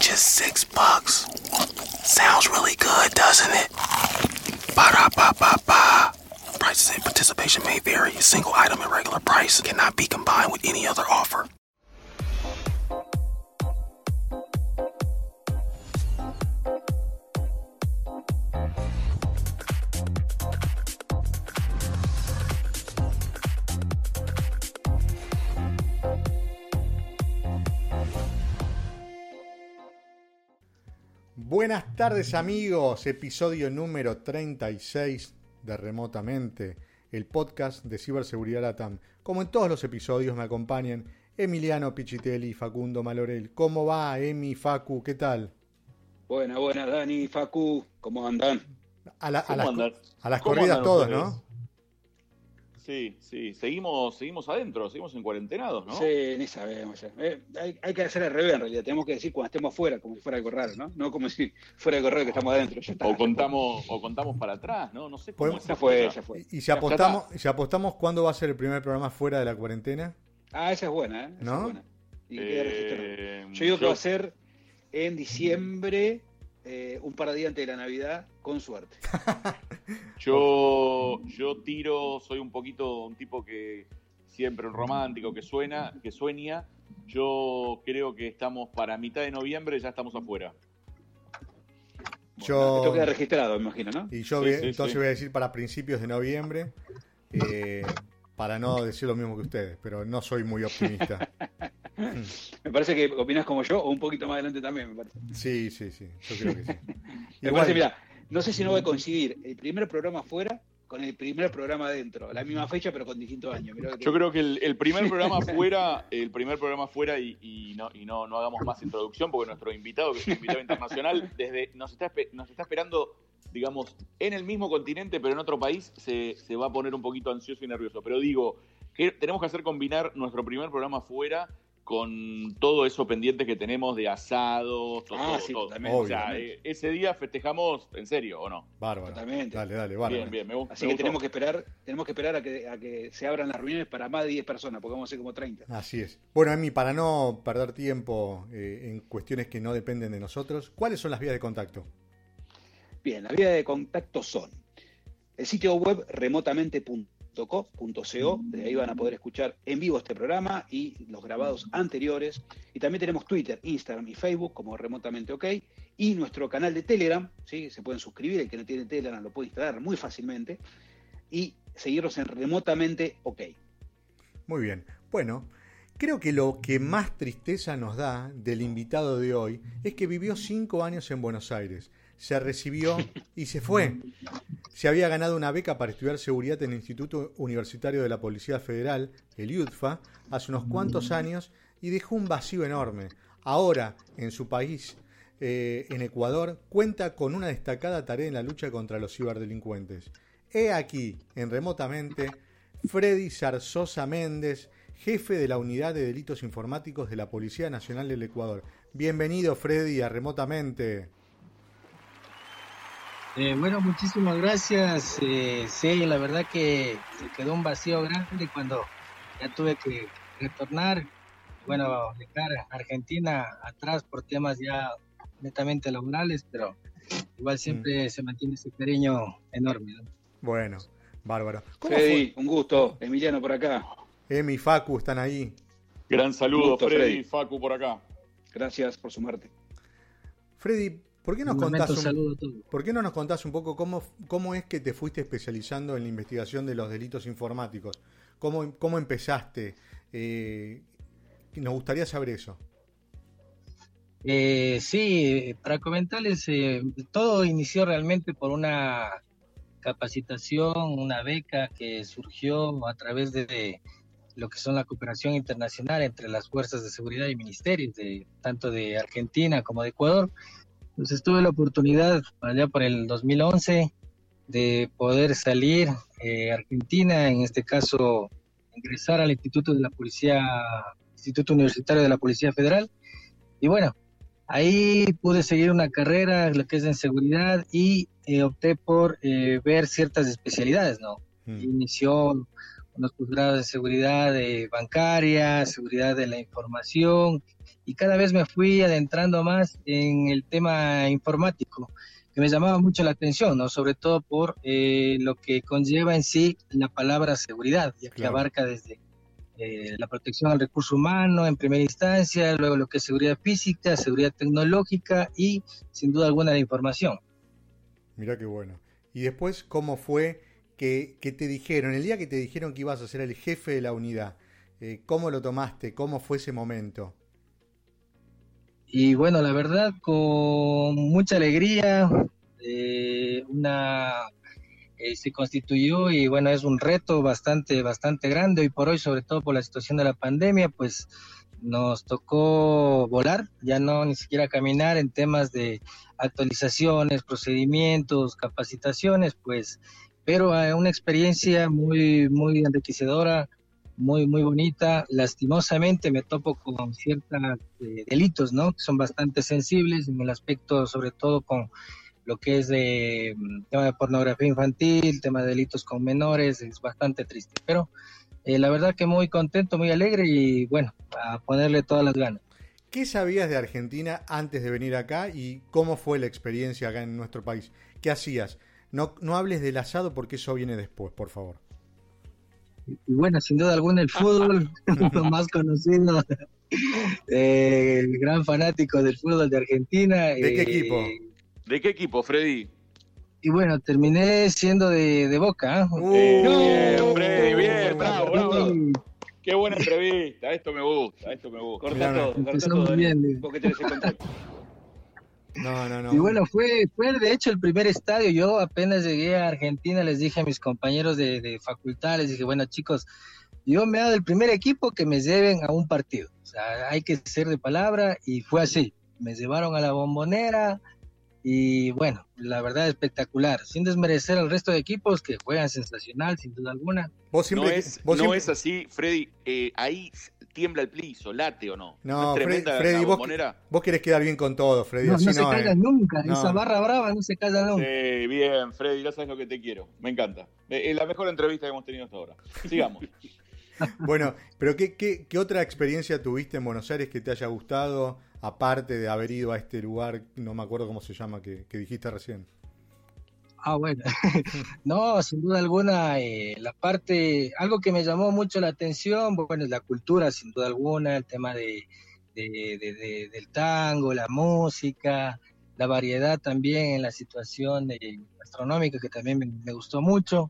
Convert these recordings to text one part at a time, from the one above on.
Just $6. Sounds really good, doesn't it? Ba-da-ba-ba-ba. Prices and participation may vary. A single item at regular price cannot be combined with any other offer. Buenas tardes amigos, episodio número 36 de Remotamente, el podcast de Ciberseguridad Latam. Como en todos los episodios me acompañan Emiliano Pichitelli y Facundo Malorel. ¿Cómo va, Emi, Facu? ¿Qué tal? Buenas, Dani, Facu, ¿cómo andan? A las corridas todos, ¿no? Sí, seguimos adentro, seguimos en cuarentenados, ¿no? Sí, ni sabemos ya. Hay que hacer al revés, en realidad. Tenemos que decir cuando estemos fuera, como si fuera algo raro, ¿no? No como si fuera algo raro que estamos adentro. Ya está, o contamos para atrás, ¿no? No sé cómo ya fue. ¿Y si apostamos cuándo va a ser el primer programa fuera de la cuarentena? Esa es buena, ¿eh? ¿No? Es buena. Y queda registrado. Yo digo que va a ser en diciembre, un par de días antes de la Navidad, con suerte. Yo tiro, soy un tipo que siempre un romántico, que sueña. Yo creo que estamos para mitad de noviembre, ya estamos afuera. Esto queda registrado, me imagino, ¿no? Y yo voy a decir para principios de noviembre, para no decir lo mismo que ustedes, pero no soy muy optimista. Me parece que opinas como yo, o un poquito más adelante también, me parece. Sí, yo creo que sí. Me parece, mira, no sé si no va a coincidir el primer programa afuera con el primer programa adentro, la misma fecha pero con distintos años. Yo creo que el primer programa fuera, y no hagamos más introducción, porque nuestro invitado, que es un invitado internacional, nos está esperando, digamos, en el mismo continente, pero en otro país, se va a poner un poquito ansioso y nervioso. Pero digo, que tenemos que hacer combinar nuestro primer programa fuera con todo eso pendiente que tenemos de asados, todo. Totalmente. O sea, ese día festejamos en serio, ¿o no? Bárbaro. Totalmente. Dale, bárbaro. Bien, me gusta. Así que tenemos que esperar a que se abran las reuniones para más de 10 personas, porque vamos a ser como 30. Así es. Bueno, Emi, para no perder tiempo en cuestiones que no dependen de nosotros, ¿cuáles son las vías de contacto? Bien, las vías de contacto son el sitio web remotamente.co, de ahí van a poder escuchar en vivo este programa y los grabados anteriores. Y también tenemos Twitter, Instagram y Facebook como Remotamente OK, y nuestro canal de Telegram, ¿sí? Se pueden suscribir, el que no tiene Telegram lo puede instalar muy fácilmente, y seguirnos en Remotamente OK. Muy bien. Bueno, creo que lo que más tristeza nos da del invitado de hoy es que vivió 5 años en Buenos Aires, se recibió y se fue. Se había ganado una beca para estudiar seguridad en el Instituto Universitario de la Policía Federal, el IUDFA, hace unos cuantos años y dejó un vacío enorme. Ahora, en su país, en Ecuador, cuenta con una destacada tarea en la lucha contra los ciberdelincuentes. He aquí, en Remotamente, Freddy Zarzosa Méndez, jefe de la Unidad de Delitos Informáticos de la Policía Nacional del Ecuador. Bienvenido, Freddy, a Remotamente. Bueno, muchísimas gracias. Sí, la verdad que se quedó un vacío grande cuando ya tuve que retornar. Bueno, dejar Argentina atrás por temas ya netamente laborales, pero igual siempre se mantiene ese cariño enorme, ¿no? Bueno, bárbaro. Freddy, un gusto. Emiliano por acá. Emi y Facu están ahí. Gran saludo, gusto, Freddy y Facu por acá. Gracias por sumarte. Freddy, ¿por qué no nos contás un poco cómo es que te fuiste especializando en la investigación de los delitos informáticos? ¿Cómo empezaste? Nos gustaría saber eso. Sí, para comentarles, todo inició realmente por una capacitación, una beca que surgió a través de lo que son la cooperación internacional entre las fuerzas de seguridad y ministerios, tanto de Argentina como de Ecuador. Entonces tuve la oportunidad allá por el 2011 de poder salir a Argentina, en este caso ingresar al Instituto Universitario de la Policía Federal, y bueno, ahí pude seguir una carrera, lo que es en seguridad, y opté por ver ciertas especialidades, ¿no? Inició unos posgrados de seguridad bancaria, seguridad de la información, y cada vez me fui adentrando más en el tema informático, que me llamaba mucho la atención, ¿no? Sobre todo por lo que conlleva en sí la palabra seguridad, ya que Claro. abarca desde la protección al recurso humano en primera instancia, luego lo que es seguridad física, seguridad tecnológica y sin duda alguna la información. Mirá qué bueno. Y después, ¿cómo fue que te dijeron, el día que te dijeron que ibas a ser el jefe de la unidad? ¿Cómo lo tomaste? ¿Cómo fue ese momento? Y bueno, la verdad, con mucha alegría, se constituyó, y bueno, es un reto bastante grande hoy por hoy, sobre todo por la situación de la pandemia, pues nos tocó volar, ya no ni siquiera caminar en temas de actualizaciones, procedimientos, capacitaciones, pues, pero una experiencia muy enriquecedora, muy bonita. Lastimosamente me topo con ciertos delitos, ¿no? Que son bastante sensibles en el aspecto, sobre todo con lo que es tema de pornografía infantil, tema de delitos con menores, es bastante triste. Pero la verdad que muy contento, muy alegre y bueno, a ponerle todas las ganas. ¿Qué sabías de Argentina antes de venir acá y cómo fue la experiencia acá en nuestro país? ¿Qué hacías? No hables del asado porque eso viene después, por favor. Y bueno, sin duda alguna el fútbol, lo más conocido, el gran fanático del fútbol de Argentina. ¿De qué equipo? ¿De qué equipo, Freddy? Y bueno, terminé siendo de Boca. Bien, Freddy, bien, bravo. Qué buena entrevista, esto me gusta. Corta todo, Empezamos bien. Vos que tenés el control. No. Y bueno, fue de hecho el primer estadio. Yo apenas llegué a Argentina, les dije a mis compañeros de facultad, les dije, bueno chicos, yo me he dado el primer equipo que me lleven a un partido. O sea, hay que ser de palabra, y fue así. Me llevaron a la Bombonera y bueno, la verdad espectacular, sin desmerecer al resto de equipos que juegan sensacional, sin duda alguna. No es así, Freddy, ahí tiembla el piso, late o no. No, es tremenda Freddy, la Bombonera. vos querés quedar bien con todo, Freddy. No así se calla nunca, esa barra brava no se calla nunca. Bien, Freddy, ya sabes lo que te quiero, me encanta. Es la mejor entrevista que hemos tenido hasta ahora. Sigamos. Bueno, pero ¿qué otra experiencia tuviste en Buenos Aires que te haya gustado, aparte de haber ido a este lugar, no me acuerdo cómo se llama, que dijiste recién? Bueno, no, sin duda alguna, algo que me llamó mucho la atención, bueno, es la cultura, sin duda alguna, el tema del tango, la música, la variedad también en la situación gastronómica, que también me gustó mucho.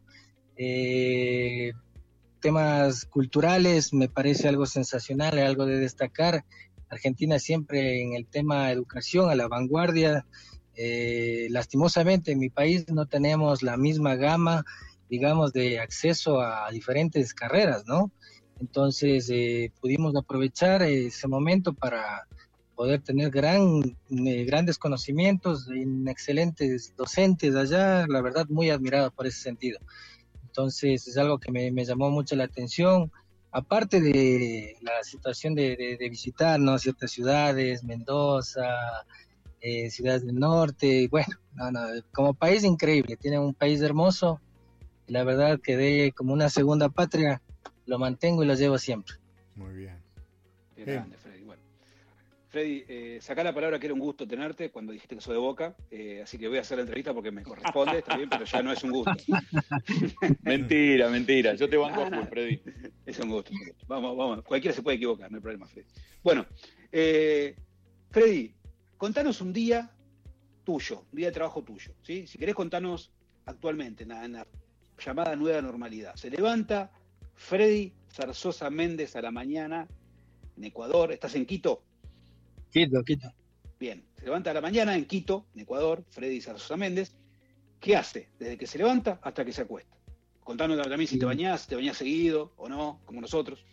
Temas culturales, me parece algo sensacional, algo de destacar. Argentina siempre en el tema educación a la vanguardia. Lastimosamente en mi país no tenemos la misma gama, digamos, de acceso a diferentes carreras, ¿no? Entonces pudimos aprovechar ese momento para poder tener grandes conocimientos, excelentes docentes allá, la verdad muy admirado por ese sentido. Entonces es algo que me llamó mucho la atención, aparte de la situación de visitar, ¿no?, ciertas ciudades, Mendoza, ciudades del norte. Bueno, como país increíble, tiene un país hermoso, y la verdad quedé como una segunda patria, lo mantengo y lo llevo siempre. Muy bien. Qué grande, Freddy. Bueno, Freddy, sacá la palabra que era un gusto tenerte cuando dijiste que soy de Boca, así que voy a hacer la entrevista porque me corresponde, está bien, pero ya no es un gusto. Mentira, yo te banco a full, Freddy. Es un gusto. Vamos, cualquiera se puede equivocar, no hay problema, Freddy. Bueno, Freddy, contanos un día tuyo, un día de trabajo tuyo, ¿sí? Si querés contanos actualmente, en la llamada nueva normalidad. Se levanta Freddy Zarzosa Méndez a la mañana en Ecuador. ¿Estás en Quito? Quito. Bien, se levanta a la mañana en Quito, en Ecuador, Freddy Zarzosa Méndez. ¿Qué hace desde que se levanta hasta que se acuesta? Contanos también si te bañás seguido o no, como nosotros.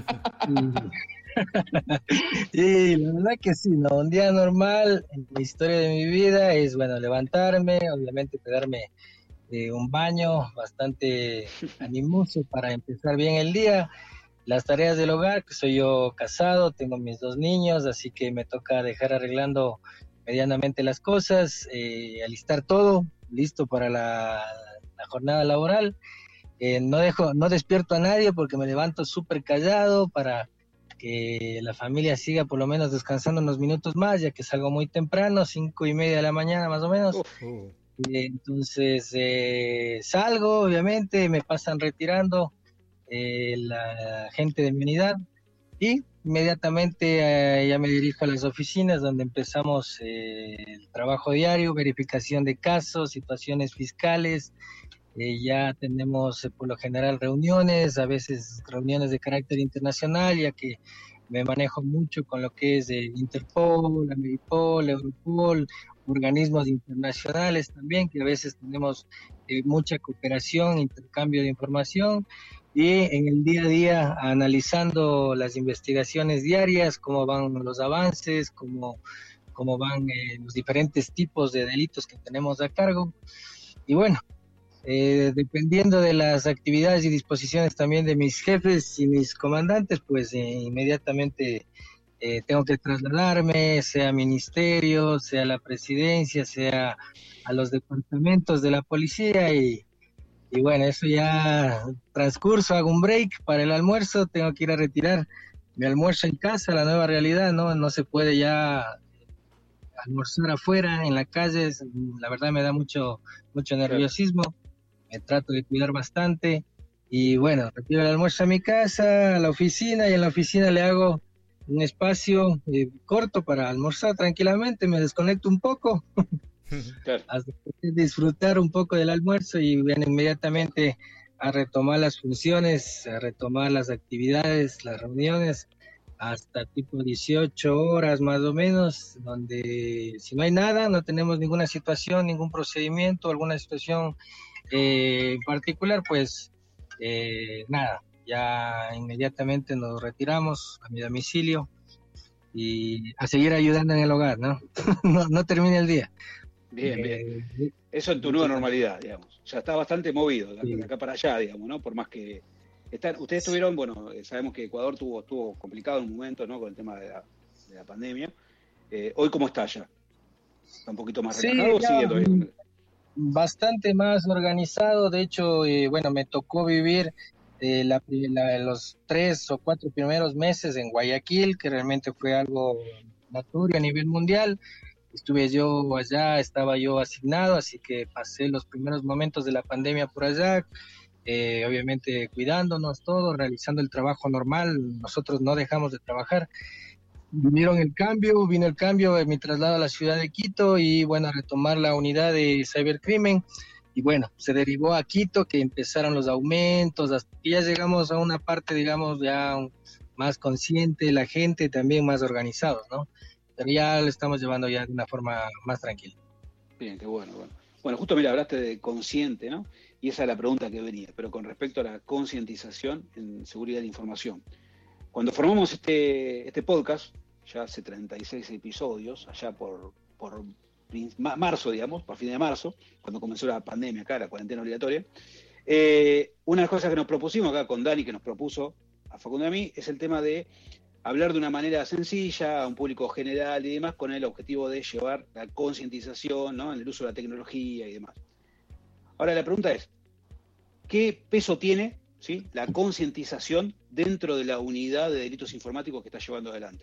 Sí, la verdad que sí, ¿no? Un día normal en la historia de mi vida es, bueno, levantarme, obviamente pegarme un baño bastante animoso para empezar bien el día. Las tareas del hogar, que soy yo casado, tengo mis 2 niños, así que me toca dejar arreglando medianamente las cosas, alistar todo, listo para la jornada laboral. no despierto a nadie porque me levanto súper callado para que la familia siga por lo menos descansando unos minutos más, ya que salgo muy temprano, 5:30 de la mañana más o menos. Entonces salgo, obviamente, me pasan retirando la gente de mi unidad y inmediatamente ya me dirijo a las oficinas donde empezamos el trabajo diario, verificación de casos, situaciones fiscales. Ya tenemos por lo general reuniones, a veces reuniones de carácter internacional, ya que me manejo mucho con lo que es Interpol, Ameripol, Europol, organismos internacionales también, que a veces tenemos mucha cooperación, intercambio de información, y en el día a día analizando las investigaciones diarias, cómo van los avances, cómo van los diferentes tipos de delitos que tenemos a cargo. Y bueno, dependiendo de las actividades y disposiciones también de mis jefes y mis comandantes, pues inmediatamente tengo que trasladarme, sea a ministerio, sea a la presidencia, sea a los departamentos de la policía y bueno, eso ya transcurso, hago un break para el almuerzo, tengo que ir a retirar mi almuerzo en casa, la nueva realidad, no se puede ya almorzar afuera, en la calle, la verdad me da mucho nerviosismo. Me trato de cuidar bastante y bueno, retiro el almuerzo a mi casa, a la oficina, y en la oficina le hago un espacio corto para almorzar tranquilamente, me desconecto un poco hasta disfrutar un poco del almuerzo y bueno, inmediatamente a retomar las funciones, a retomar las actividades, las reuniones hasta tipo 18 horas más o menos, donde si no hay nada, no tenemos ninguna situación, ningún procedimiento, alguna situación en particular, pues nada, ya inmediatamente nos retiramos a mi domicilio y a seguir ayudando en el hogar, ¿no? No termine el día. Bien. Eso en tu nueva normalidad, digamos. Ya está bastante movido de acá para allá, digamos, ¿no? Por más que ustedes tuvieron, bueno, sabemos que Ecuador estuvo complicado en un momento, ¿no? Con el tema de la pandemia. Hoy, ¿cómo está allá? ¿Está un poquito más relajado o sigue todavía? Bastante más organizado, de hecho, bueno, me tocó vivir los 3 o 4 primeros meses en Guayaquil, que realmente fue algo notorio a nivel mundial. Estuve yo allá, estaba yo asignado, así que pasé los primeros momentos de la pandemia por allá, obviamente cuidándonos todos, realizando el trabajo normal, nosotros no dejamos de trabajar. Vino el cambio de mi traslado a la ciudad de Quito y bueno, a retomar la unidad de cibercrimen y bueno, se derivó a Quito que empezaron los aumentos, hasta que ya llegamos a una parte, digamos, ya más consciente, la gente también más organizados, ¿no? Pero ya lo estamos llevando ya de una forma más tranquila. Bien, qué bueno. Bueno, justo mira, hablaste de consciente, ¿no? Y esa es la pregunta que venía, pero con respecto a la concientización en seguridad de información. Cuando formamos este podcast, ya hace 36 episodios, allá por marzo, digamos, por fin de marzo, cuando comenzó la pandemia acá, la cuarentena obligatoria, una de las cosas que nos propusimos acá con Dani, que nos propuso a Facundo y a mí, es el tema de hablar de una manera sencilla a un público general y demás, con el objetivo de llevar la concientización, ¿no?, en el uso de la tecnología y demás. Ahora la pregunta es, ¿qué peso tiene, ¿sí?, la concientización dentro de la unidad de delitos informáticos que está llevando adelante?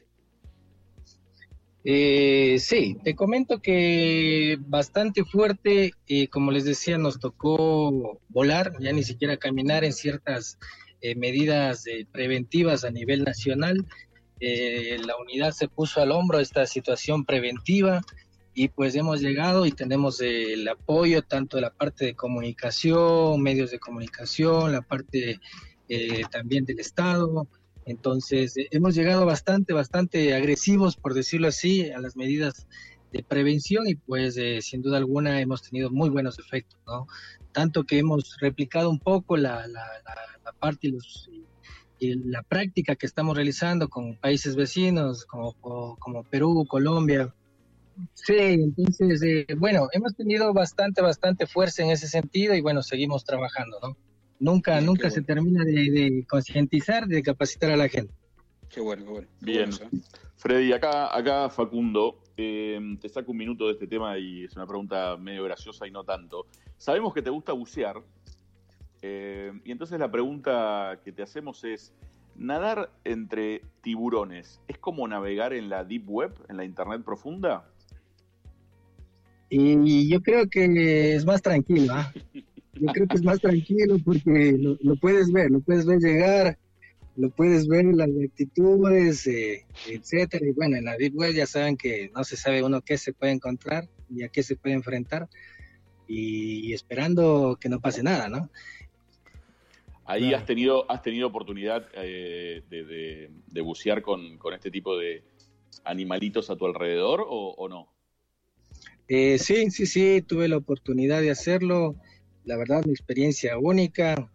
Sí, te comento que bastante fuerte, como les decía, nos tocó volar, ya ni siquiera caminar en ciertas medidas preventivas a nivel nacional. La unidad se puso al hombro esta situación preventiva y pues hemos llegado y tenemos el apoyo tanto de la parte de comunicación, medios de comunicación, la parte también del Estado. Entonces hemos llegado bastante agresivos, por decirlo así, a las medidas de prevención y pues sin duda alguna hemos tenido muy buenos efectos, ¿no? Tanto que hemos replicado un poco la parte y la práctica que estamos realizando con países vecinos como Perú, Colombia. Sí, entonces, bueno, hemos tenido bastante fuerza en ese sentido y bueno, seguimos trabajando, ¿no? Nunca se termina de concientizar, de capacitar a la gente. Qué bueno. Bien. Freddy, acá Facundo, te saco un minuto de este tema y es una pregunta medio graciosa y no tanto. Sabemos que te gusta bucear. Y entonces la pregunta que te hacemos es, ¿nadar entre tiburones es como navegar en la Deep Web, en la Internet profunda? Y yo creo que es más tranquilo, ¿ah? Yo creo que es más tranquilo porque lo puedes ver llegar, lo puedes ver las actitudes, etcétera. Y bueno, en la Deep Web ya saben que no se sabe uno qué se puede encontrar y a qué se puede enfrentar, y esperando que no pase nada, ¿no? Ahí Claro. has tenido oportunidad de bucear con este tipo de animalitos a tu alrededor o no? Sí, tuve la oportunidad de hacerlo. La verdad, una experiencia única.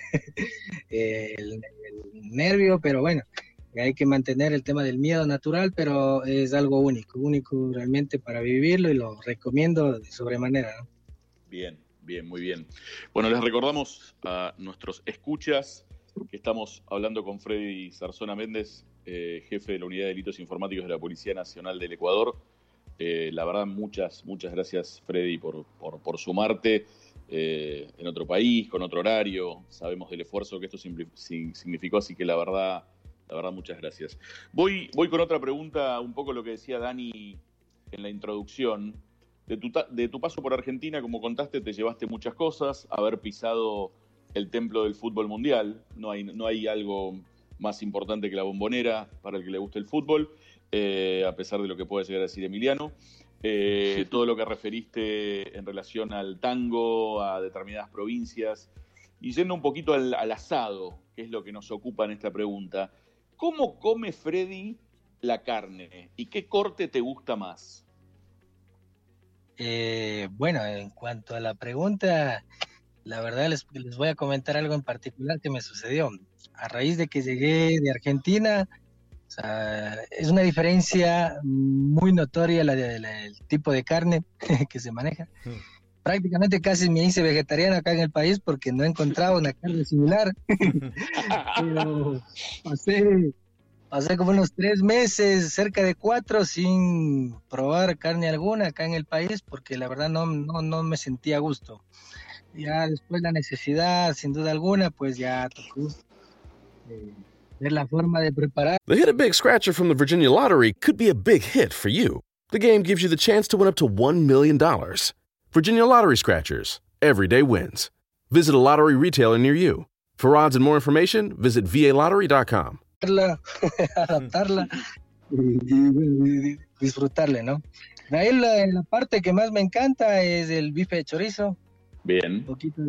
El nervio, pero bueno, hay que mantener el tema del miedo natural, pero es algo único realmente para vivirlo, y lo recomiendo de sobremanera, ¿no? Bien, muy bien. Bueno, les recordamos a nuestros escuchas que estamos hablando con Freddy Zarzona Méndez, jefe de la Unidad de Delitos Informáticos de la Policía Nacional del Ecuador. La verdad, muchas gracias, Freddy, por sumarte en otro país, con otro horario. Sabemos del esfuerzo que esto significó, así que la verdad, muchas gracias. Voy con otra pregunta, un poco lo que decía Dani en la introducción. De tu paso por Argentina, como contaste, te llevaste muchas cosas, haber pisado el templo del fútbol mundial. No hay algo más importante que la Bombonera para el que le guste el fútbol, a pesar de lo que puede llegar a decir Emiliano. Todo lo que referiste en relación al tango, a determinadas provincias. Y yendo un poquito al asado, que es lo que nos ocupa en esta pregunta. ¿Cómo come Freddy la carne? ¿Y qué corte te gusta más? Bueno, en cuanto a la pregunta, la verdad les voy a comentar algo en particular que me sucedió. A raíz de que llegué de Argentina, o sea, es una diferencia muy notoria el tipo de carne que se maneja. Prácticamente casi me hice vegetariano acá en el país porque no he encontrado una carne similar. Pero pasé como unos 3 meses, cerca de 4, sin probar carne alguna acá en el país, porque la verdad no me sentía a gusto. Ya después la necesidad, sin duda alguna, pues ya tocó ver la forma de preparar. The Hit a Big Scratcher from the Virginia Lottery could be a big hit for you. The game gives you the chance to win up to $1 million. Virginia Lottery Scratchers. Everyday wins. Visit a lottery retailer near you. For odds and more information, visit VALottery.com. Adaptarla y disfrutarle, ¿no? De ahí la parte que más me encanta es el bife de chorizo. Bien. Un poquito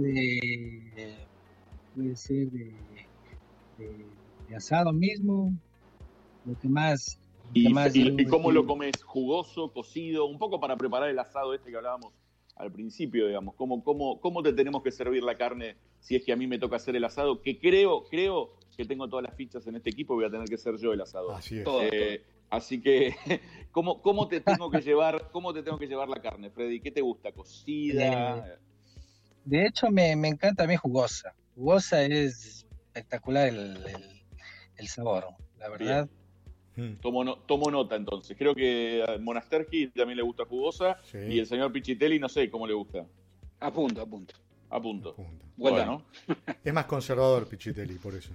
puede ser de asado mismo, lo que más. ¿Y cómo lo comes? ¿Jugoso, cocido? Un poco para preparar el asado que hablábamos al principio, digamos. ¿Cómo te tenemos que servir la carne si es que a mí me toca hacer el asado? Que creo que tengo todas las fichas en este equipo, voy a tener que ser yo el asado. Así es. Así que, ¿cómo te tengo que llevar la carne, Freddy? ¿Qué te gusta? ¿Cocida? De hecho, me encanta a mí jugosa. Jugosa es espectacular el sabor, la verdad. Tomo nota entonces. Creo que a Monasterki también le gusta jugosa, sí. Y el señor Pichitelli no sé cómo le gusta. A punto. Bueno. Es más conservador Pichitelli, por eso.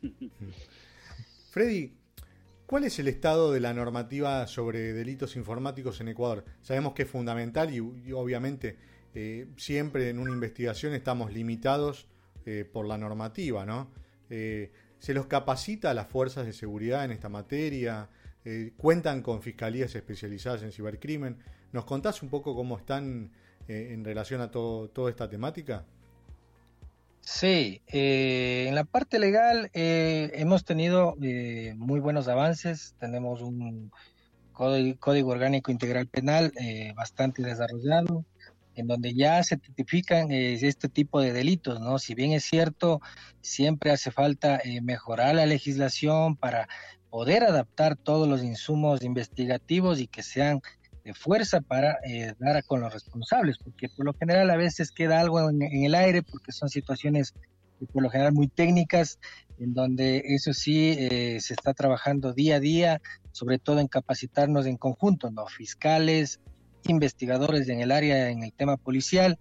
Freddy, ¿cuál es el estado de la normativa sobre delitos informáticos en Ecuador? Sabemos que es fundamental y obviamente siempre en una investigación estamos limitados por la normativa, ¿no? ¿Se los capacita a las fuerzas de seguridad en esta materia? ¿Cuentan con fiscalías especializadas en cibercrimen? ¿Nos contás un poco cómo están en relación a toda esta temática? Sí, en la parte legal hemos tenido muy buenos avances. Tenemos un código orgánico integral penal bastante desarrollado, en donde ya se tipifican este tipo de delitos, ¿no? Si bien es cierto, siempre hace falta mejorar la legislación para poder adaptar todos los insumos investigativos y que sean de fuerza para dar con los responsables, porque por lo general a veces queda algo en el aire, porque son situaciones por lo general muy técnicas, en donde eso sí se está trabajando día a día, sobre todo en capacitarnos en conjunto, ¿no? Fiscales, investigadores en el área, en el tema policial,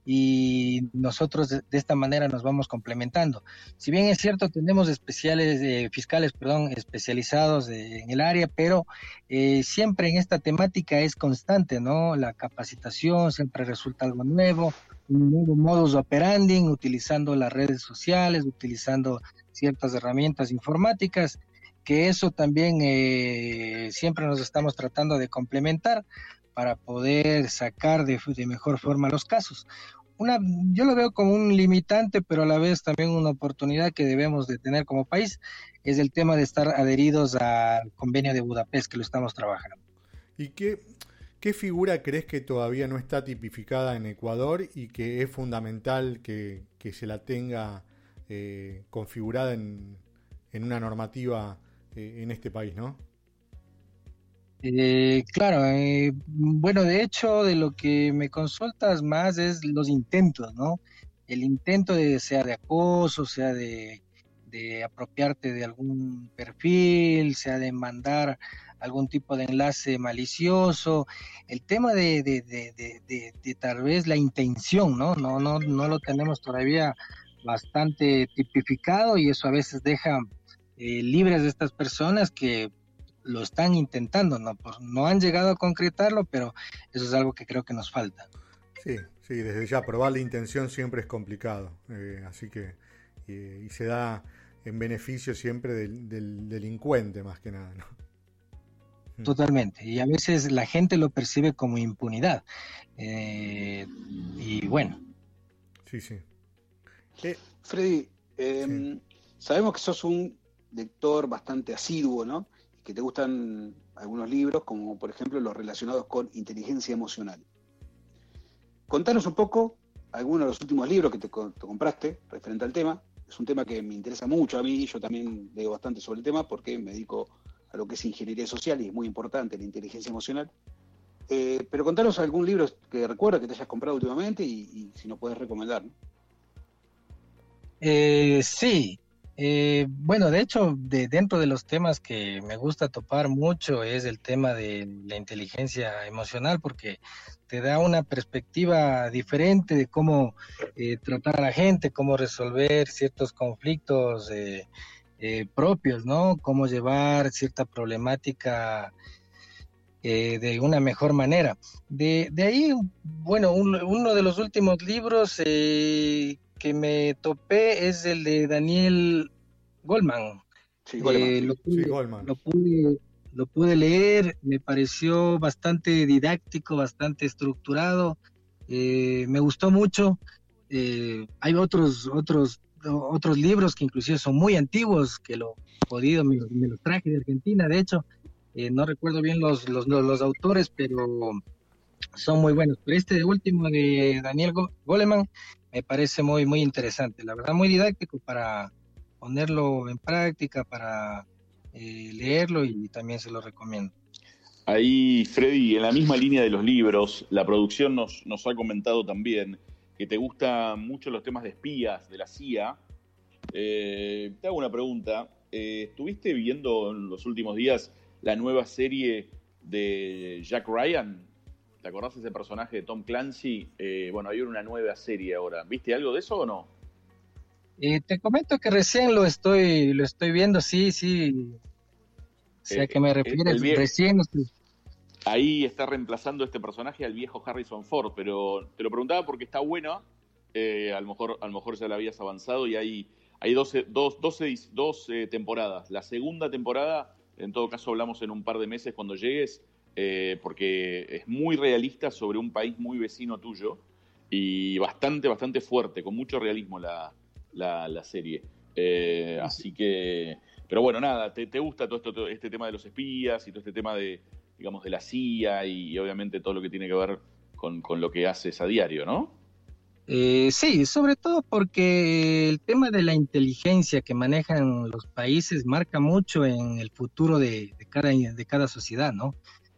y nosotros de esta manera nos vamos complementando. Si bien es cierto, tenemos fiscales especializados en el área, pero siempre en esta temática es constante, ¿no? La capacitación siempre resulta algo nuevo, un nuevo modus operandi, utilizando las redes sociales, utilizando ciertas herramientas informáticas, que eso también siempre nos estamos tratando de complementar para poder sacar de mejor forma los casos. Yo lo veo como un limitante, pero a la vez también una oportunidad que debemos de tener como país, es el tema de estar adheridos al convenio de Budapest, que lo estamos trabajando. ¿Y qué figura crees que todavía no está tipificada en Ecuador y que es fundamental que se la tenga configurada en una normativa en este país, ¿no? Claro, bueno, de hecho, de lo que me consultas más es los intentos, ¿no? El intento sea de acoso, sea de apropiarte de algún perfil, sea de mandar algún tipo de enlace malicioso. El tema de tal vez la intención, ¿no? No lo tenemos todavía bastante tipificado, y eso a veces deja libres de estas personas que lo están intentando, ¿no? Pues no han llegado a concretarlo, pero eso es algo que creo que nos falta. Sí, desde ya probar la intención siempre es complicado, así que y se da en beneficio siempre del delincuente más que nada, ¿no? Totalmente, y a veces la gente lo percibe como impunidad, y bueno. Sí. Freddy, sí. Sabemos que sos un lector bastante asiduo, ¿no? Que te gustan algunos libros, como por ejemplo los relacionados con inteligencia emocional. Contanos un poco algunos de los últimos libros que te compraste referente al tema. Es un tema que me interesa mucho a mí, yo también leo bastante sobre el tema porque me dedico a lo que es ingeniería social y es muy importante la inteligencia emocional. Pero contanos algún libro que recuerdas que te hayas comprado últimamente y si nos puedes recomendar, ¿no? Sí. Bueno, de hecho, dentro de los temas que me gusta topar mucho es el tema de la inteligencia emocional, porque te da una perspectiva diferente de cómo tratar a la gente, cómo resolver ciertos conflictos propios, ¿no? Cómo llevar cierta problemática de una mejor manera. De ahí, bueno, uno de los últimos libros que me topé es el de Daniel Goleman. Sí, Goleman. Lo pude leer, me pareció bastante didáctico, bastante estructurado, me gustó mucho. Hay otros libros que inclusive son muy antiguos, que me los traje de Argentina, de hecho. No recuerdo bien los autores, pero son muy buenos. Pero este último de Daniel Goleman me parece muy, muy interesante. La verdad, muy didáctico para ponerlo en práctica, para leerlo, y también se lo recomiendo. Ahí, Freddy, en la misma línea de los libros, la producción nos ha comentado también que te gustan mucho los temas de espías, de la CIA. Te hago una pregunta. ¿Estuviste viendo en los últimos días la nueva serie de Jack Ryan? ¿Te acordás de ese personaje de Tom Clancy? Bueno, hay una nueva serie ahora. ¿Viste algo de eso o no? Te comento que recién lo estoy viendo, sí. O sea, ¿a qué me refieres? Recién. Ahí está reemplazando este personaje al viejo Harrison Ford, pero te lo preguntaba porque está buena. A lo mejor ya la habías avanzado, y hay 12 temporadas. La segunda temporada, en todo caso, hablamos en un par de meses cuando llegues, porque es muy realista sobre un país muy vecino tuyo y bastante fuerte, con mucho realismo la serie. Así que, pero bueno, nada, te gusta todo este tema de los espías y todo este tema de la CIA y obviamente todo lo que tiene que ver con lo que haces a diario, ¿no? Sí, sobre todo porque el tema de la inteligencia que manejan los países marca mucho en el futuro de cada sociedad, ¿no?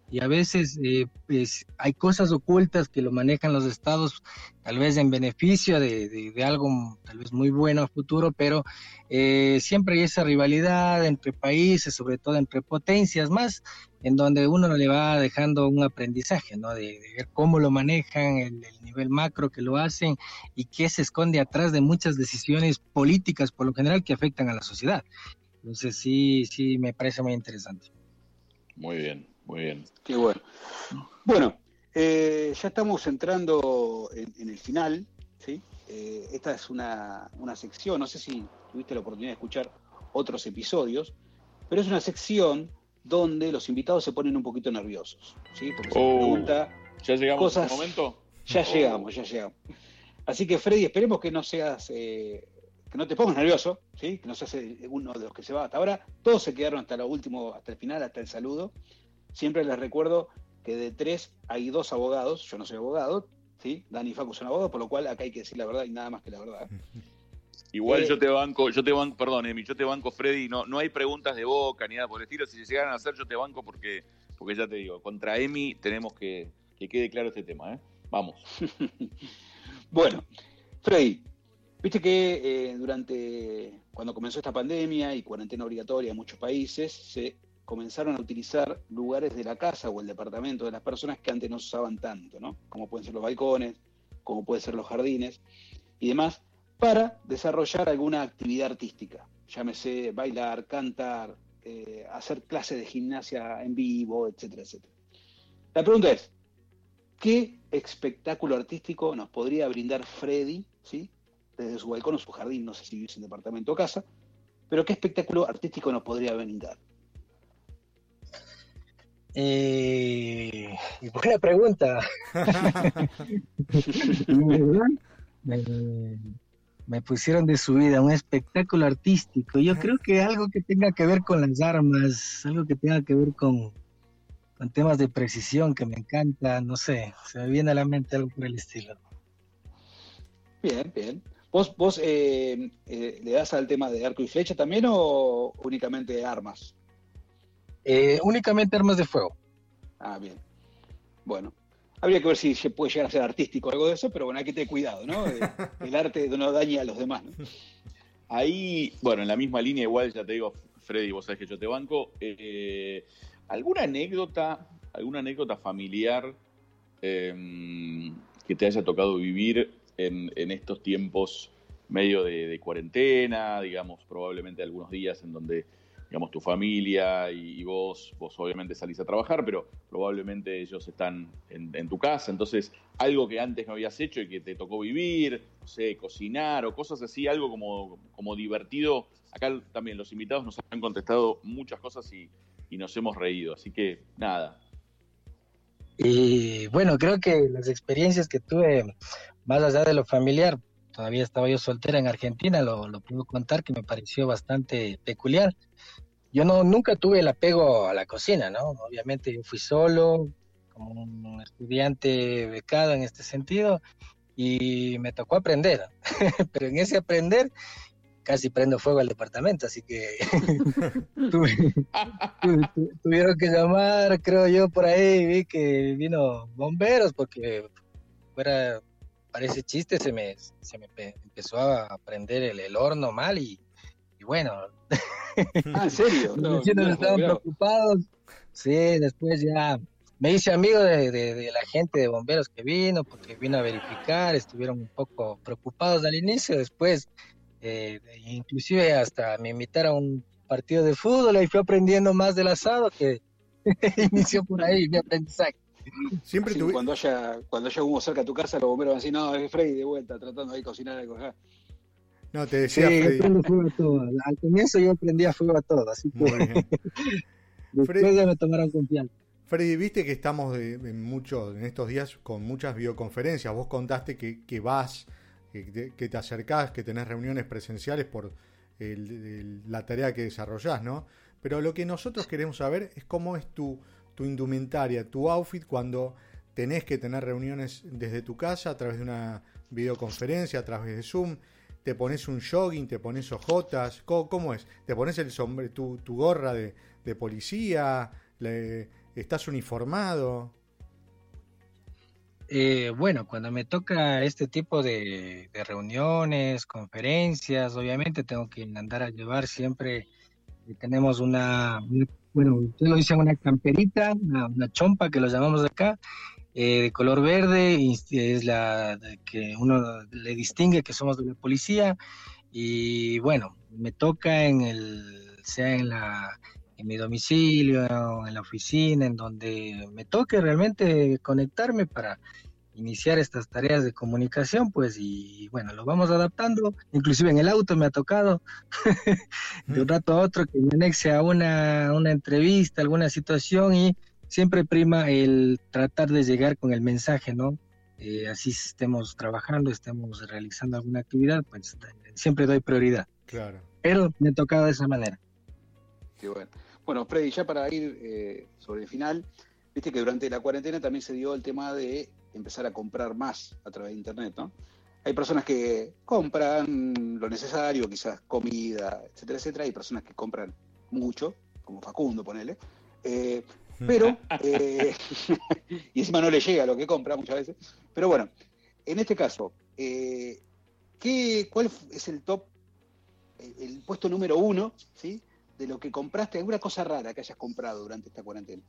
y a veces pues, hay cosas ocultas que lo manejan los estados, tal vez en beneficio de algo tal vez muy bueno a futuro, pero siempre hay esa rivalidad entre países, sobre todo entre potencias más, en donde uno le va dejando un aprendizaje, ¿no? De ver cómo lo manejan, el nivel macro que lo hacen y qué se esconde atrás de muchas decisiones políticas, por lo general, que afectan a la sociedad. Entonces sí, me parece muy interesante. Muy bien, muy bien. Qué bueno. Bueno, ya estamos entrando en el final, ¿sí? Esta es una sección, no sé si tuviste la oportunidad de escuchar otros episodios, pero es una sección donde los invitados se ponen un poquito nerviosos, ¿sí? Porque se les pregunta ¿ya llegamos cosas. a ese momento? Ya llegamos. Así que, Freddy, esperemos que no seas, que no te pongas nervioso, ¿sí? Que no seas uno de los que se va hasta ahora. Todos se quedaron hasta lo último, hasta el final, hasta el saludo. Siempre les recuerdo que de 3 hay 2 abogados. Yo no soy abogado, ¿sí? Dani y Facu son abogados, por lo cual acá hay que decir la verdad y nada más que la verdad. Igual yo te banco, perdón, Emi, yo te banco, Freddy, no hay preguntas de Boca ni nada por el estilo. Si se llegan a hacer, yo te banco porque ya te digo, contra Emi tenemos que quede claro este tema, ¿eh? Vamos. Bueno, Freddy, viste que cuando comenzó esta pandemia y cuarentena obligatoria en muchos países, se comenzaron a utilizar lugares de la casa o el departamento de las personas que antes no se usaban tanto, ¿no? Como pueden ser los balcones, como pueden ser los jardines y demás, para desarrollar alguna actividad artística, llámese bailar, cantar, hacer clases de gimnasia en vivo, etcétera, etcétera. La pregunta es, ¿qué espectáculo artístico nos podría brindar Freddy, ¿sí? Desde su balcón o su jardín, no sé si vive en departamento o casa, pero qué espectáculo artístico nos podría brindar? Buena pregunta. Me pusieron de su vida un espectáculo artístico. Yo creo que algo que tenga que ver con las armas, algo que tenga que ver con temas de precisión que me encanta, no sé, se me viene a la mente algo por el estilo. Bien, bien. ¿Vos le das al tema de arco y flecha también o únicamente armas? Únicamente armas de fuego. Ah, bien. Bueno, habría que ver si se puede llegar a ser artístico o algo de eso, pero bueno, hay que tener cuidado, ¿no? El arte no daña a los demás, ¿no? Ahí, bueno, en la misma línea, igual ya te digo, Freddy, vos sabés que yo te banco. ¿Alguna anécdota familiar que te haya tocado vivir en estos tiempos medio de cuarentena, digamos, probablemente algunos días en donde, digamos, tu familia y vos obviamente salís a trabajar, pero probablemente ellos están en tu casa, entonces algo que antes no habías hecho y que te tocó vivir, no sé, cocinar o cosas así, algo como divertido? Acá también los invitados nos han contestado muchas cosas y nos hemos reído, así que nada. Y bueno, creo que las experiencias que tuve, más allá de lo familiar, todavía estaba yo soltera en Argentina, lo puedo contar, que me pareció bastante peculiar. Yo nunca tuve el apego a la cocina, ¿no? Obviamente yo fui solo, como un estudiante becado en este sentido, y me tocó aprender, pero en ese aprender casi prendo fuego al departamento, así que tuvieron que llamar, creo yo, por ahí, vi que vino bomberos, porque parece chiste, se me empezó a prender el horno mal y bueno. ¿En serio? Los vecinos estaban preocupados. Sí, después ya me hice amigo de la gente de bomberos que vino, porque vino a verificar, estuvieron un poco preocupados al inicio, después inclusive hasta me invitaron a un partido de fútbol y fui aprendiendo más del asado, que inició por ahí mi aprendizaje. Siempre sí, cuando haya humo cerca de tu casa, los bomberos van a decir, no, es Freddy de vuelta, tratando de cocinar algo acá. No, te decía sí, Freddy. Yo prendo fuego a todo. Al comienzo yo prendía fuego a todo, así que después Freddy, ya me tomaron confianza. Freddy, viste que estamos en estos días con muchas videoconferencias. Vos contaste que vas, que te acercás, que tenés reuniones presenciales por la tarea que desarrollás, ¿no? Pero lo que nosotros queremos saber es cómo es tu indumentaria, tu outfit cuando tenés que tener reuniones desde tu casa a través de una videoconferencia, a través de Zoom. ¿Te pones un jogging, te pones ojotas? ¿Cómo es? ¿Te pones el sombrero, tu gorra de policía? ¿Estás uniformado? Bueno, cuando me toca este tipo de reuniones, conferencias, obviamente tengo que andar a llevar siempre, tenemos bueno, ustedes lo dicen una camperita, una chompa que lo llamamos acá, de color verde, y es que uno le distingue que somos de la policía, y bueno, me toca sea en mi domicilio, en la oficina, en donde me toque realmente conectarme para iniciar estas tareas de comunicación, pues, y bueno, lo vamos adaptando, inclusive en el auto me ha tocado de un rato a otro que me anexe a una entrevista, alguna situación, y siempre prima el tratar de llegar con el mensaje, ¿no? Así estemos trabajando, estemos realizando alguna actividad, pues siempre doy prioridad. Claro. Pero me ha tocado de esa manera. Qué bueno. Bueno, Freddy, ya para ir sobre el final, viste que durante la cuarentena también se dio el tema de empezar a comprar más a través de internet, ¿no? Hay personas que compran lo necesario, quizás comida, etcétera, etcétera. Hay personas que compran mucho, como Facundo, ponele. Pero, y encima no le llega lo que compra muchas veces. Pero bueno, en este caso, ¿cuál es el top, el puesto número 1, ¿sí?, de lo que compraste, alguna cosa rara que hayas comprado durante esta cuarentena?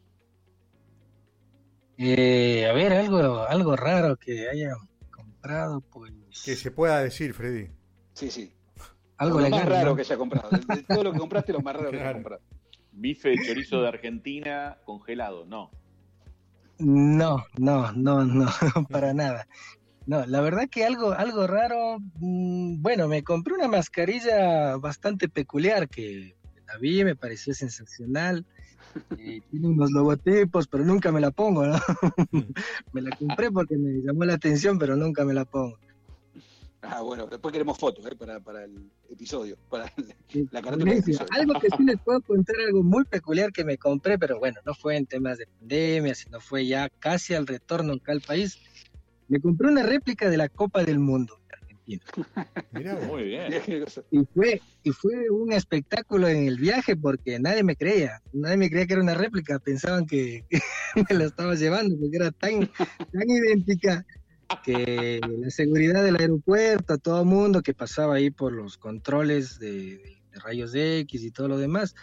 A ver, algo raro que haya comprado, pues... Que se pueda decir, Freddy. Sí. Algo lo legal, más raro, ¿no?, que haya comprado. De todo lo que compraste, lo más raro que hayas comprado. Bife de chorizo de Argentina congelado, no. No, para nada. No, la verdad que algo raro, bueno, me compré una mascarilla bastante peculiar que la vi, me pareció sensacional. Tiene unos logotipos, pero nunca me la pongo, ¿no? Me la compré porque me llamó la atención, pero nunca me la pongo. Bueno, después queremos fotos para el episodio, para la carátula del Buenísimo. episodio. Algo que sí les puedo contar, algo muy peculiar que me compré, pero bueno, no fue en temas de pandemia, sino fue ya casi al retorno acá al país. Me compré una réplica de la Copa del Mundo de Argentina. Mirá, Muy bien. Y fue un espectáculo en el viaje porque nadie me creía que era una réplica, pensaban que me la estaba llevando porque era tan idéntica que la seguridad del aeropuerto, todo el mundo que pasaba ahí por los controles de rayos X y todo lo demás,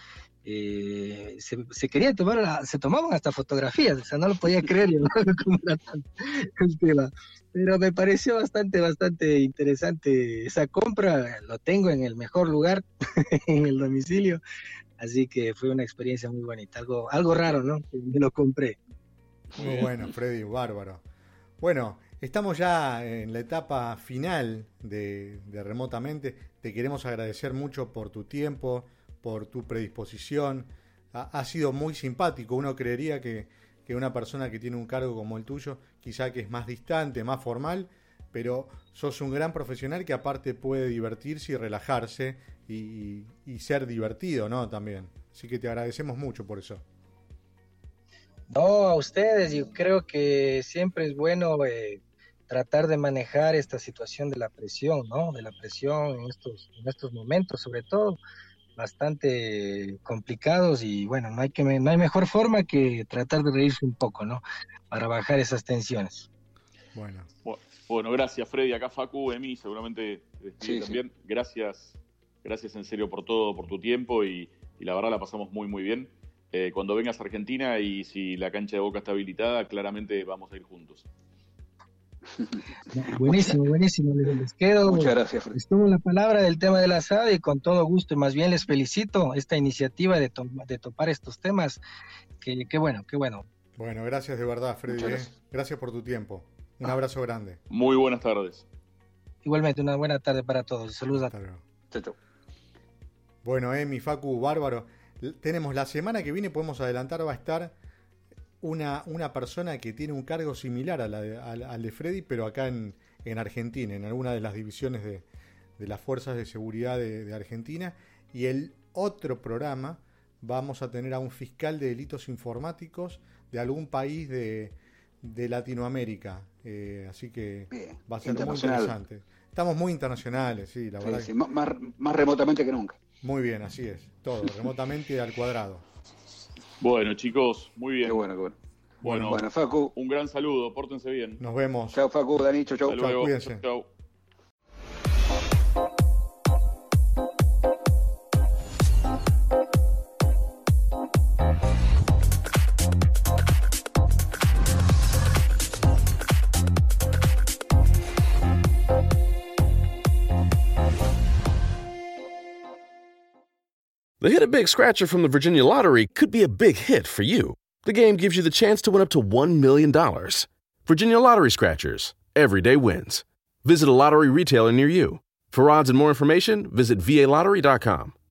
se quería se tomaban hasta fotografías, o sea, no lo podía creer yo, como era tan el tema. Pero me pareció bastante interesante esa compra, lo tengo en el mejor lugar, en el domicilio, así que fue una experiencia muy bonita, algo raro, ¿no? Me lo compré. muy bueno, Freddy, bárbaro. Bueno, estamos ya en la etapa final de Remotamente. Te queremos agradecer mucho por tu tiempo, por tu predisposición. Ha sido muy simpático. Uno creería que una persona que tiene un cargo como el tuyo, quizá que es más distante, más formal, pero sos un gran profesional que aparte puede divertirse y relajarse y ser divertido, ¿no? También. Así que te agradecemos mucho por eso. No, a ustedes, yo creo que siempre es bueno tratar de manejar esta situación de la presión, ¿no? De la presión en estos momentos, sobre todo, bastante complicados, y bueno, no hay mejor forma que tratar de reírse un poco, ¿no? Para bajar esas tensiones. Bueno, gracias, Freddy. Acá Facu, Emi, seguramente Sí, también. Sí. Gracias en serio por todo, por tu tiempo, y la verdad la pasamos muy, muy bien. Cuando vengas a Argentina y si la cancha de Boca está habilitada, claramente vamos a ir juntos. Buenísimo, les quedo. Muchas gracias, Freddy. Les tomo la palabra del tema del asado y con todo gusto, y más bien les felicito esta iniciativa de topar estos temas. Qué bueno. Bueno, gracias de verdad, Freddy. Gracias por tu tiempo. Un abrazo grande. Muy buenas tardes. Igualmente, una buena tarde para todos. Saludos a todos. Chau. Bueno, Emi, Facu, bárbaro. Tenemos la semana que viene, podemos adelantar, va a estar una persona que tiene un cargo similar al de Freddy, pero acá en Argentina, en alguna de las divisiones de las fuerzas de seguridad de Argentina. Y el otro programa vamos a tener a un fiscal de delitos informáticos de algún país de Latinoamérica. Así que bien, va a ser muy interesante. Estamos muy internacionales, sí, la verdad. Sí, más remotamente que nunca. Muy bien, así es. Todo remotamente y al cuadrado. Bueno, chicos, muy bien. Qué bueno, qué bueno. Bueno, Facu. Un gran saludo, pórtense bien. Nos vemos. Chao, Facu, Dani, chau. Hasta luego. Cuídense. Chau. The Hit It Big Scratcher from the Virginia Lottery could be a big hit for you. The game gives you the chance to win up to $1 million. Virginia Lottery Scratchers. Everyday wins. Visit a lottery retailer near you. For odds and more information, visit VALottery.com.